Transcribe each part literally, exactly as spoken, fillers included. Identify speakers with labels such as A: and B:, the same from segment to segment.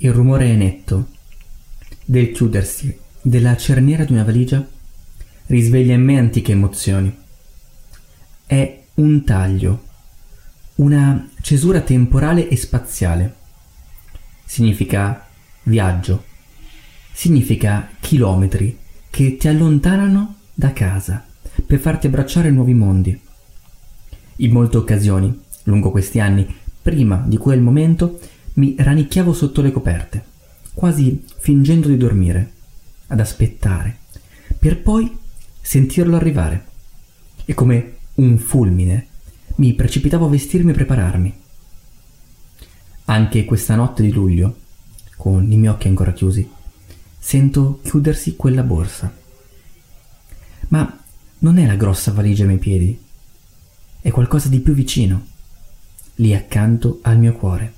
A: Il rumore netto del chiudersi della cerniera di una valigia risveglia in me antiche emozioni. È un taglio, una cesura temporale e spaziale. Significa viaggio, significa chilometri che ti allontanano da casa per farti abbracciare nuovi mondi. In molte occasioni, lungo questi anni, prima di quel momento, mi rannicchiavo sotto le coperte, quasi fingendo di dormire, ad aspettare, per poi sentirlo arrivare. E come un fulmine mi precipitavo a vestirmi e prepararmi. Anche questa notte di luglio, con i miei occhi ancora chiusi, sento chiudersi quella borsa. Ma non è la grossa valigia ai miei piedi, è qualcosa di più vicino, lì accanto al mio cuore.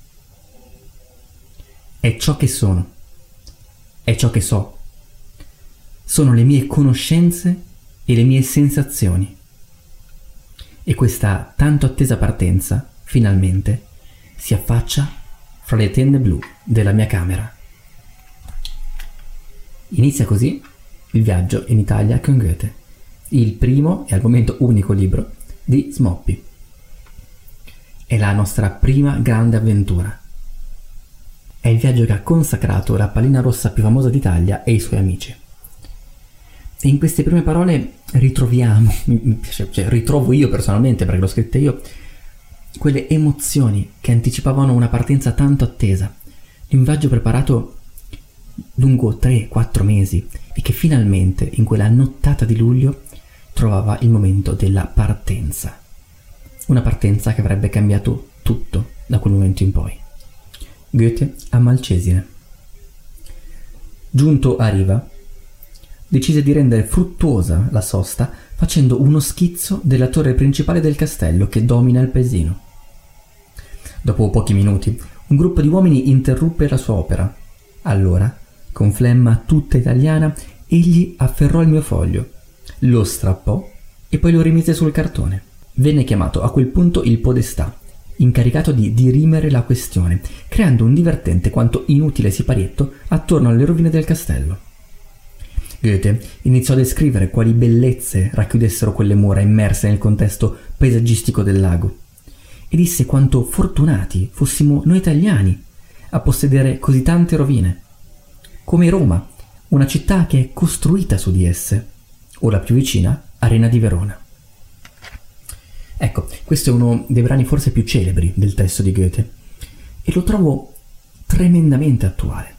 A: È ciò che sono, è ciò che so, sono le mie conoscenze e le mie sensazioni. E questa tanto attesa partenza, finalmente, si affaccia fra le tende blu della mia camera. Inizia così il viaggio in Italia con Goethe, il primo e al momento unico libro di Smoppi. È la nostra prima grande avventura. È il viaggio che ha consacrato la pallina rossa più famosa d'Italia e i suoi amici. E in queste prime parole ritroviamo, cioè ritrovo io personalmente, perché l'ho scritta io, quelle emozioni che anticipavano una partenza tanto attesa, di un viaggio preparato lungo tre quattro mesi e che finalmente in quella nottata di luglio trovava il momento della partenza. Una partenza che avrebbe cambiato tutto da quel momento in poi. Goethe a Malcesine. Giunto a riva, decise di rendere fruttuosa la sosta facendo uno schizzo della torre principale del castello che domina il paesino. Dopo pochi minuti, un gruppo di uomini interruppe la sua opera. Allora, con flemma tutta italiana, egli afferrò il mio foglio, lo strappò e poi lo rimise sul cartone. Venne chiamato a quel punto il podestà, incaricato di dirimere la questione, creando un divertente quanto inutile siparietto attorno alle rovine del castello. Goethe iniziò a descrivere quali bellezze racchiudessero quelle mura immerse nel contesto paesaggistico del lago e disse quanto fortunati fossimo noi italiani a possedere così tante rovine, come Roma, una città che è costruita su di esse, o la più vicina, Arena di Verona. Ecco, questo è uno dei brani forse più celebri del testo di Goethe e lo trovo tremendamente attuale.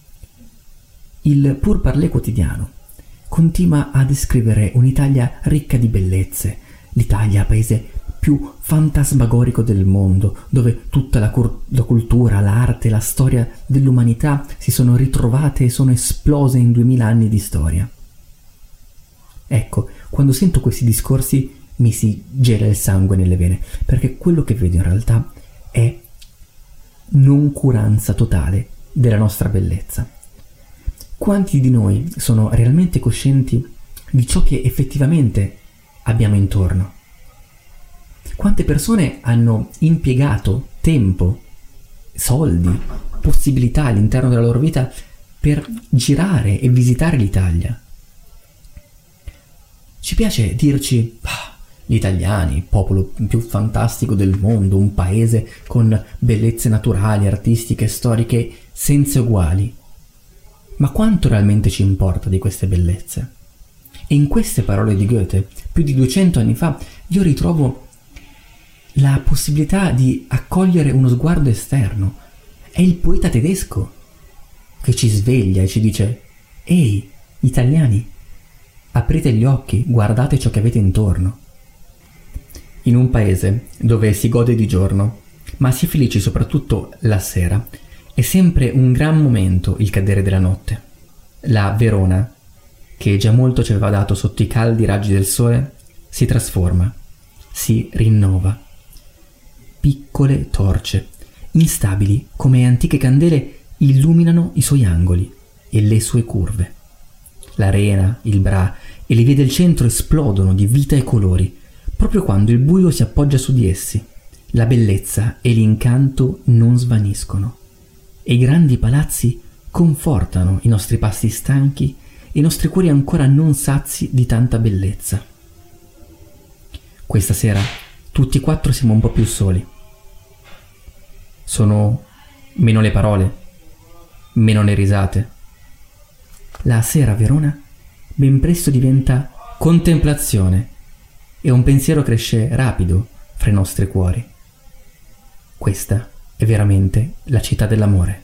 A: Il Pour Parler quotidiano continua a descrivere un'Italia ricca di bellezze, l'Italia paese più fantasmagorico del mondo, dove tutta la, cur- la cultura, l'arte, la storia dell'umanità si sono ritrovate e sono esplose in duemila anni di storia. Ecco, quando sento questi discorsi mi si gela il sangue nelle vene, perché quello che vedo in realtà è noncuranza totale della nostra bellezza. Quanti di noi sono realmente coscienti di ciò che effettivamente abbiamo intorno? Quante persone hanno impiegato tempo, soldi, possibilità all'interno della loro vita per girare e visitare l'Italia? Ci piace dirci, ah, gli italiani, il popolo più fantastico del mondo, un paese con bellezze naturali, artistiche, storiche senza uguali. Ma quanto realmente ci importa di queste bellezze? E in queste parole di Goethe, più di duecento anni fa, io ritrovo la possibilità di accogliere uno sguardo esterno. È il poeta tedesco che ci sveglia e ci dice: «Ehi, italiani, aprite gli occhi, guardate ciò che avete intorno». In un paese dove si gode di giorno, ma si è felici soprattutto la sera, è sempre un gran momento il cadere della notte. La Verona, che già molto ci aveva dato sotto i caldi raggi del sole, si trasforma, si rinnova. Piccole torce, instabili come antiche candele, illuminano i suoi angoli e le sue curve. L'arena, il Bra e le vie del centro esplodono di vita e colori, proprio quando il buio si appoggia su di essi. La bellezza e l'incanto non svaniscono. e i grandi palazzi confortano i nostri passi stanchi e i nostri cuori ancora non sazi di tanta bellezza. Questa sera tutti e quattro siamo un po' più soli. Sono meno le parole, meno le risate. La sera a Verona ben presto diventa contemplazione e un pensiero cresce rapido fra i nostri cuori. Questa è veramente la città dell'amore.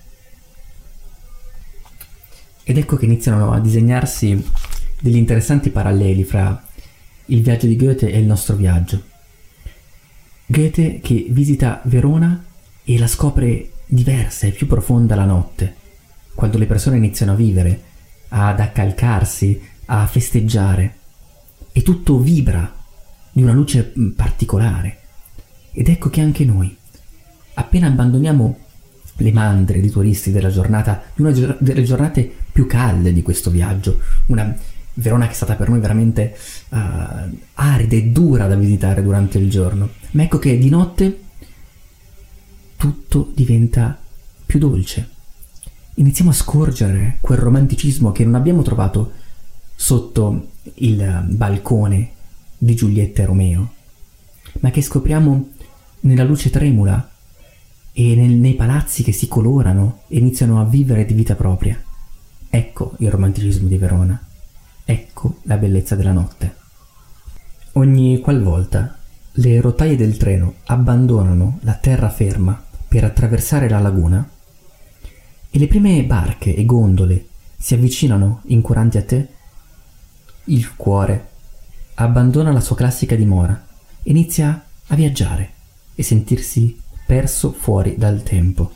A: Ed ecco che iniziano a disegnarsi degli interessanti paralleli fra il viaggio di Goethe e il nostro viaggio. Goethe che visita Verona e la scopre diversa e più profonda la notte, quando le persone iniziano a vivere, ad accalcarsi, a festeggiare, e tutto vibra di una luce particolare. Ed ecco che anche noi, appena abbandoniamo le mandre di turisti della giornata, di una gior- delle giornate più calde di questo viaggio, una Verona che è stata per noi veramente uh, arida e dura da visitare durante il giorno, ma ecco che di notte tutto diventa più dolce. Iniziamo a scorgere quel romanticismo che non abbiamo trovato sotto il balcone di Giulietta e Romeo, ma che scopriamo nella luce tremula e nel, nei palazzi che si colorano e iniziano a vivere di vita propria. Ecco il romanticismo di Verona, ecco la bellezza della notte. Ogni qualvolta le rotaie del treno abbandonano la terraferma per attraversare la laguna e le prime barche e gondole si avvicinano incuranti a te, il cuore abbandona la sua classica dimora e inizia a viaggiare e sentirsi perso fuori dal tempo.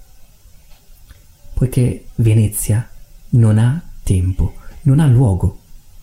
A: Poiché Venezia non ha tempo, non ha luogo.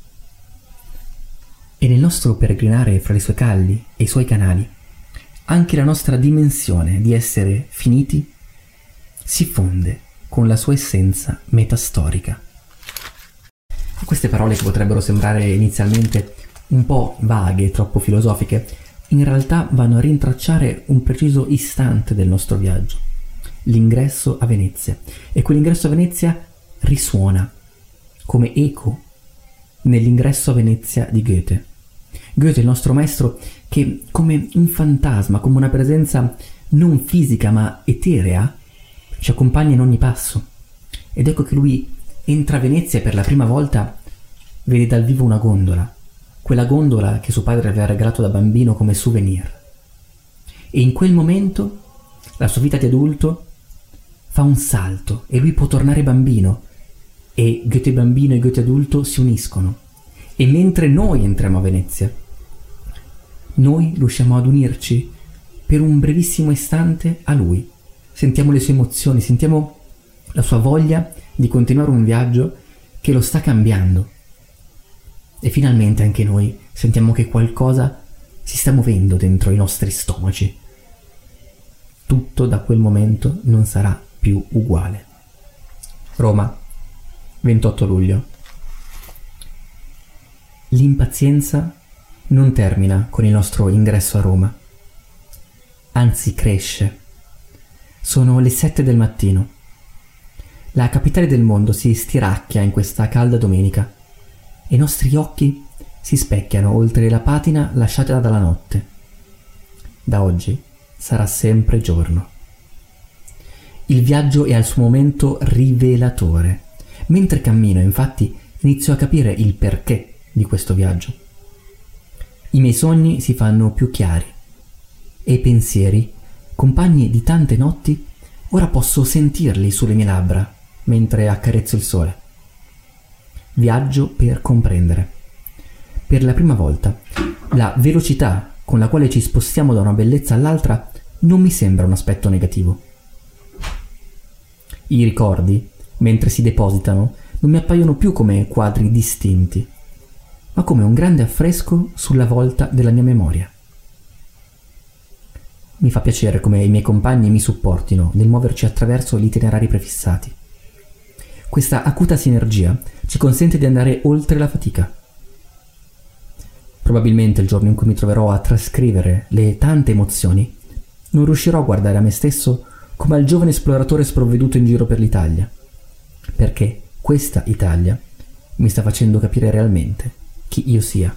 A: E nel nostro peregrinare fra i suoi calli e i suoi canali, anche la nostra dimensione di essere finiti si fonde con la sua essenza metastorica. E queste parole che potrebbero sembrare inizialmente un po' vaghe, troppo filosofiche, in realtà vanno a rintracciare un preciso istante del nostro viaggio, l'ingresso a Venezia. E quell'ingresso a Venezia risuona come eco nell'ingresso a Venezia di Goethe. Goethe, il nostro maestro, che come un fantasma, come una presenza non fisica ma eterea, ci accompagna in ogni passo. Ed ecco che lui entra a Venezia e per la prima volta vede dal vivo una gondola, quella gondola che suo padre aveva regalato da bambino come souvenir. E in quel momento la sua vita di adulto fa un salto e lui può tornare bambino, e Goethe bambino e Goethe adulto si uniscono. E mentre noi entriamo a Venezia, noi riusciamo ad unirci per un brevissimo istante a lui. Sentiamo le sue emozioni, sentiamo la sua voglia di continuare un viaggio che lo sta cambiando. E finalmente anche noi sentiamo che qualcosa si sta muovendo dentro i nostri stomaci. Tutto da quel momento non sarà più uguale. Roma, ventotto luglio. L'impazienza non termina con il nostro ingresso a Roma, anzi cresce. Sono le sette del mattino. La capitale del mondo si stiracchia in questa calda domenica e i nostri occhi si specchiano oltre la patina lasciata dalla notte. Da oggi sarà sempre giorno. Il viaggio è al suo momento rivelatore. Mentre cammino, infatti, inizio a capire il perché di questo viaggio. I miei sogni si fanno più chiari e i pensieri, compagni di tante notti, ora posso sentirli sulle mie labbra mentre accarezzo il sole. Viaggio per comprendere. Per la prima volta, la velocità con la quale ci spostiamo da una bellezza all'altra non mi sembra un aspetto negativo. I ricordi, mentre si depositano, non mi appaiono più come quadri distinti, ma come un grande affresco sulla volta della mia memoria. Mi fa piacere come i miei compagni mi supportino nel muoverci attraverso gli itinerari prefissati. Questa acuta sinergia ci consente di andare oltre la fatica. Probabilmente il giorno in cui mi troverò a trascrivere le tante emozioni, non riuscirò a guardare a me stesso come al giovane esploratore sprovveduto in giro per l'Italia, perché questa Italia mi sta facendo capire realmente chi io sia.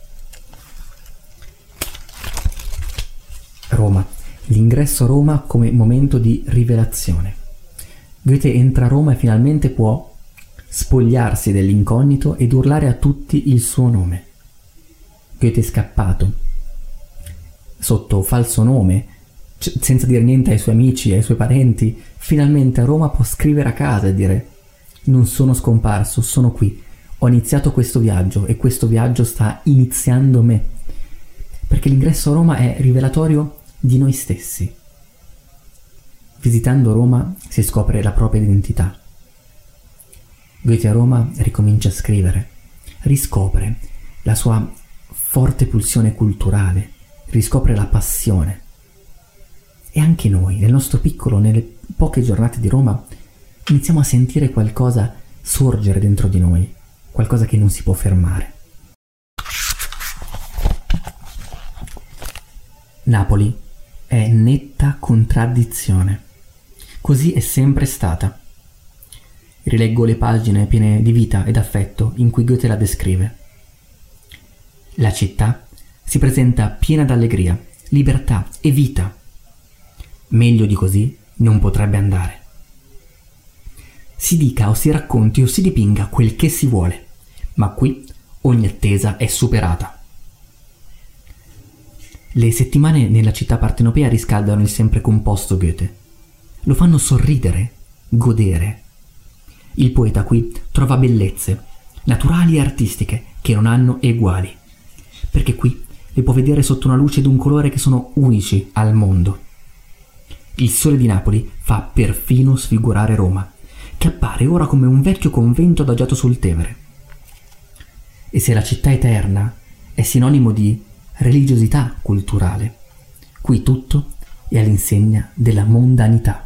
A: Roma, l'ingresso a Roma come momento di rivelazione. Goethe entra a Roma e finalmente può spogliarsi dell'incognito ed urlare a tutti il suo nome. Goethe è scappato sotto falso nome, c- senza dire niente ai suoi amici e ai suoi parenti. Finalmente a Roma può scrivere a casa e dire: non sono scomparso, sono qui, ho iniziato questo viaggio e questo viaggio sta iniziando me. Perché l'ingresso a Roma è rivelatorio di noi stessi. Visitando Roma si scopre la propria identità. Goethe a Roma ricomincia a scrivere, riscopre la sua forte pulsione culturale, riscopre la passione. E anche noi, nel nostro piccolo, nelle poche giornate di Roma, iniziamo a sentire qualcosa sorgere dentro di noi, qualcosa che non si può fermare. Napoli è netta contraddizione. Così è sempre stata. Rileggo le pagine piene di vita ed affetto in cui Goethe la descrive. La città si presenta piena d'allegria, libertà e vita. Meglio di così non potrebbe andare. Si dica o si racconti o si dipinga quel che si vuole, ma qui ogni attesa è superata. Le settimane nella città partenopea riscaldano il sempre composto Goethe. Lo fanno sorridere, godere. Il poeta qui trova bellezze, naturali e artistiche, che non hanno eguali, perché qui le può vedere sotto una luce ed un colore che sono unici al mondo. Il sole di Napoli fa perfino sfigurare Roma, che appare ora come un vecchio convento adagiato sul Tevere. E se la città eterna è sinonimo di religiosità culturale, qui tutto è all'insegna della mondanità.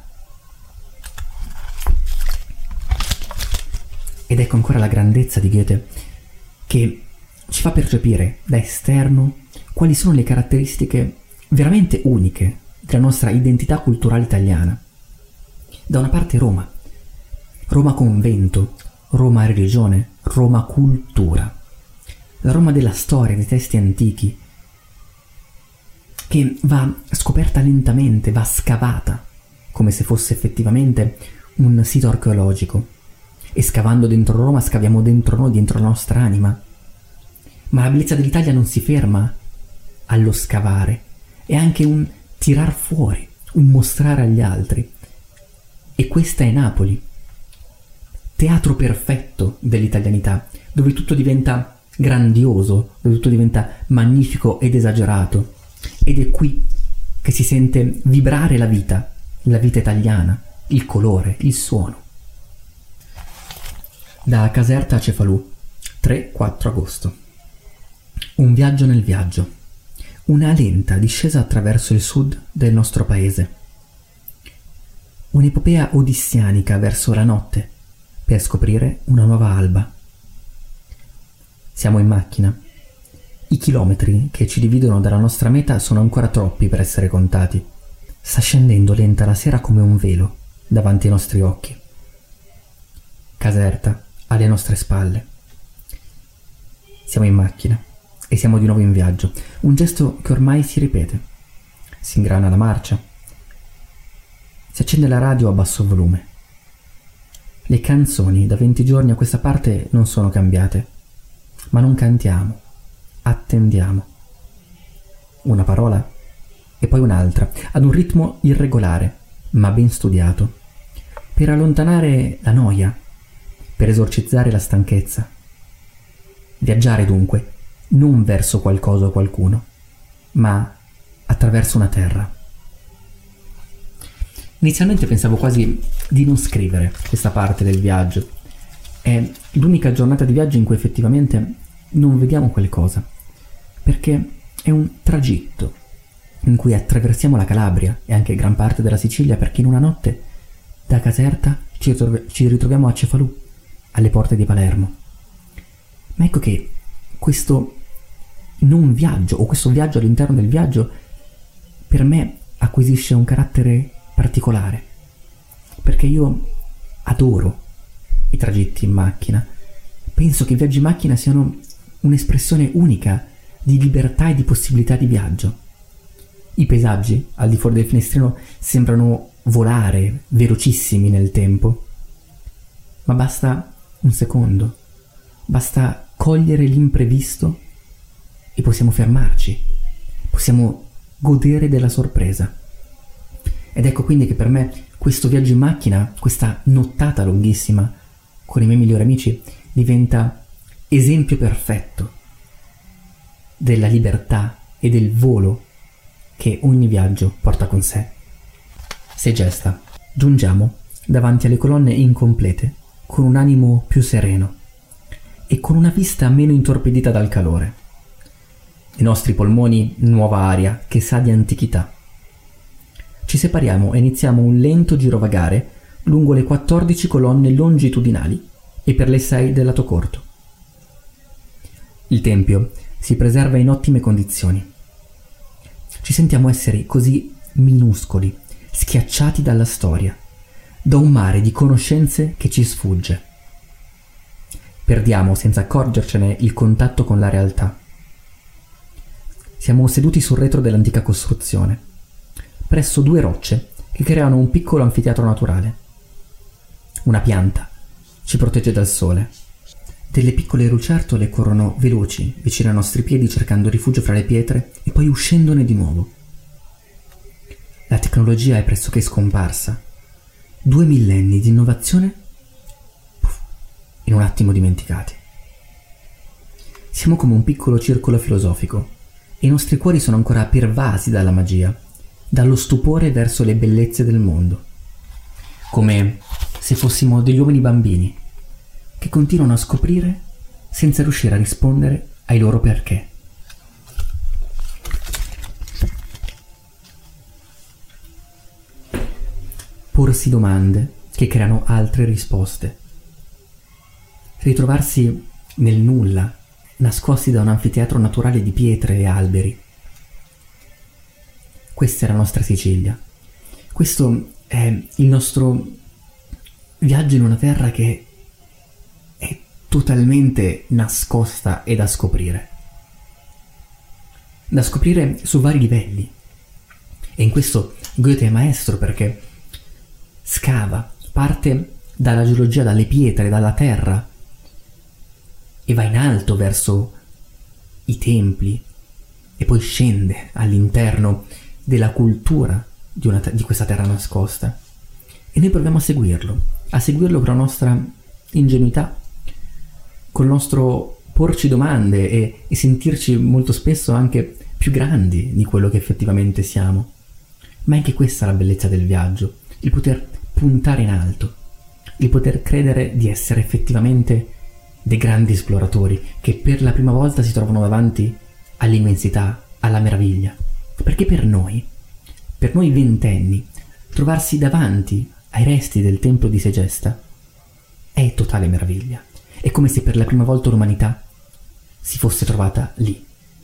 A: Ed ecco ancora la grandezza di Goethe, che ci fa percepire da esterno quali sono le caratteristiche veramente uniche della nostra identità culturale italiana. Da una parte Roma, Roma convento, Roma religione, Roma cultura, la Roma della storia, dei testi antichi, che va scoperta lentamente, va scavata, come se fosse effettivamente un sito archeologico. E scavando dentro Roma scaviamo dentro noi, dentro la nostra anima. Ma la bellezza dell'Italia non si ferma allo scavare, è anche un tirar fuori, un mostrare agli altri. E questa è Napoli, teatro perfetto dell'italianità, dove tutto diventa grandioso, dove tutto diventa magnifico ed esagerato. Ed è qui che si sente vibrare la vita, la vita italiana, il colore, il suono. Da Caserta a Cefalù, tre quattro agosto. Un viaggio nel viaggio. Una lenta discesa attraverso il sud del nostro paese. Un'epopea odissianica verso la notte, per scoprire una nuova alba. Siamo in macchina. I chilometri che ci dividono dalla nostra meta sono ancora troppi per essere contati. Sta scendendo lenta la sera come un velo davanti ai nostri occhi. Caserta alle nostre spalle. Siamo in macchina e siamo di nuovo in viaggio. Un gesto che ormai si ripete. Si ingrana la marcia. Si accende la radio a basso volume. Le canzoni da venti giorni a questa parte non sono cambiate, ma non cantiamo, attendiamo. Una parola e poi un'altra, ad un ritmo irregolare, ma ben studiato, per allontanare la noia, per esorcizzare la stanchezza. Viaggiare dunque, non verso qualcosa o qualcuno, ma attraverso una terra. Inizialmente pensavo quasi di non scrivere questa parte del viaggio. È l'unica giornata di viaggio in cui effettivamente non vediamo qualcosa, perché è un tragitto in cui attraversiamo la Calabria e anche gran parte della Sicilia, perché in una notte da Caserta ci, ritrov- ci ritroviamo a Cefalù, alle porte di Palermo. Ma ecco che questo non viaggio, o questo viaggio all'interno del viaggio, per me acquisisce un carattere particolare, perché io adoro i tragitti in macchina. Penso che i viaggi in macchina siano un'espressione unica di libertà e di possibilità di viaggio. I paesaggi al di fuori del finestrino sembrano volare velocissimi nel tempo, ma basta un secondo, basta cogliere l'imprevisto e possiamo fermarci, possiamo godere della sorpresa. Ed ecco quindi che per me questo viaggio in macchina, questa nottata lunghissima con i miei migliori amici, diventa esempio perfetto della libertà e del volo che ogni viaggio porta con sé. Segesta. Giungiamo davanti alle colonne incomplete con un animo più sereno e con una vista meno intorpidita dal calore. Nei nostri polmoni nuova aria che sa di antichità. Ci separiamo e iniziamo un lento girovagare lungo le quattordici colonne longitudinali e per le sei del lato corto. Il tempio si preserva in ottime condizioni. Ci sentiamo esseri così minuscoli, schiacciati dalla storia, da un mare di conoscenze che ci sfugge. Perdiamo senza accorgercene il contatto con la realtà. Siamo seduti sul retro dell'antica costruzione, presso due rocce che creano un piccolo anfiteatro naturale. Una pianta ci protegge dal sole. Delle piccole lucertole corrono veloci vicino ai nostri piedi cercando rifugio fra le pietre e poi uscendone di nuovo. La tecnologia è pressoché scomparsa. Due millenni di innovazione puff, in un attimo dimenticati. Siamo come un piccolo circolo filosofico e i nostri cuori sono ancora pervasi dalla magia, dallo stupore verso le bellezze del mondo, come se fossimo degli uomini bambini che continuano a scoprire senza riuscire a rispondere ai loro perché. Porsi domande che creano altre risposte. Ritrovarsi nel nulla, nascosti da un anfiteatro naturale di pietre e alberi. Questa è la nostra Sicilia. Questo è il nostro viaggio in una terra che è totalmente nascosta e da scoprire. Da scoprire su vari livelli. E in questo Goethe è maestro perché scava, parte dalla geologia, dalle pietre, dalla terra e va in alto verso i templi e poi scende all'interno della cultura di, una, di questa terra nascosta. E noi proviamo a seguirlo, a seguirlo con la nostra ingenuità, col nostro porci domande e, e sentirci molto spesso anche più grandi di quello che effettivamente siamo. Ma è anche questa la bellezza del viaggio, il poter puntare in alto, il poter credere di essere effettivamente dei grandi esploratori che per la prima volta si trovano davanti all'immensità, alla meraviglia. Perché per noi, per noi ventenni, trovarsi davanti ai resti del tempio di Segesta è totale meraviglia. È come se per la prima volta l'umanità si fosse trovata lì.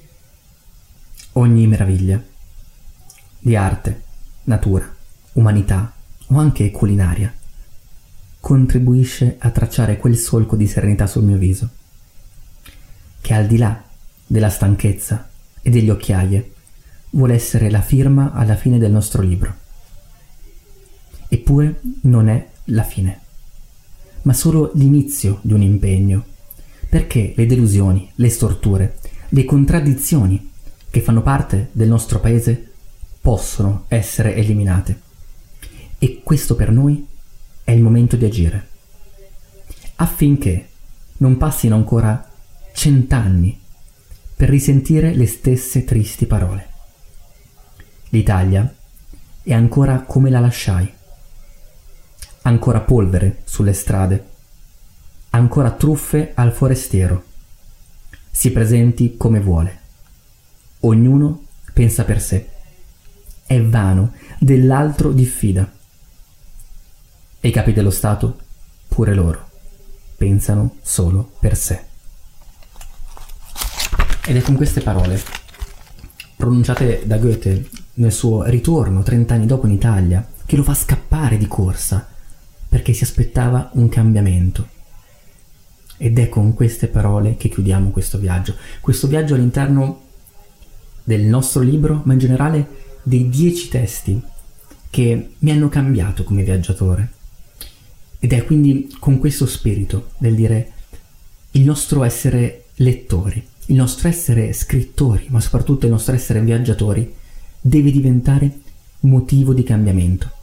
A: Ogni meraviglia di arte, natura, umanità o anche culinaria contribuisce a tracciare quel solco di serenità sul mio viso, che al di là della stanchezza e degli occhiaie vuole essere la firma alla fine del nostro libro. Eppure non è la fine, ma solo l'inizio di un impegno, perché le delusioni, le storture, le contraddizioni che fanno parte del nostro paese possono essere eliminate. E questo per noi è il momento di agire, affinché non passino ancora cent'anni per risentire le stesse tristi parole. L'Italia è ancora come la lasciai, ancora polvere sulle strade, ancora truffe al forestiero. Si presenti come vuole. Ognuno pensa per sé. È vano, dell'altro diffida. E i capi dello Stato, pure loro, pensano solo per sé. Ed è con queste parole, pronunciate da Goethe nel suo ritorno trent'anni dopo in Italia, che lo fa scappare di corsa, perché si aspettava un cambiamento. Ed è con queste parole che chiudiamo questo viaggio, questo viaggio all'interno del nostro libro, ma in generale dei dieci testi che mi hanno cambiato come viaggiatore. Ed è quindi con questo spirito del dire il nostro essere lettori, il nostro essere scrittori, ma soprattutto il nostro essere viaggiatori deve diventare motivo di cambiamento.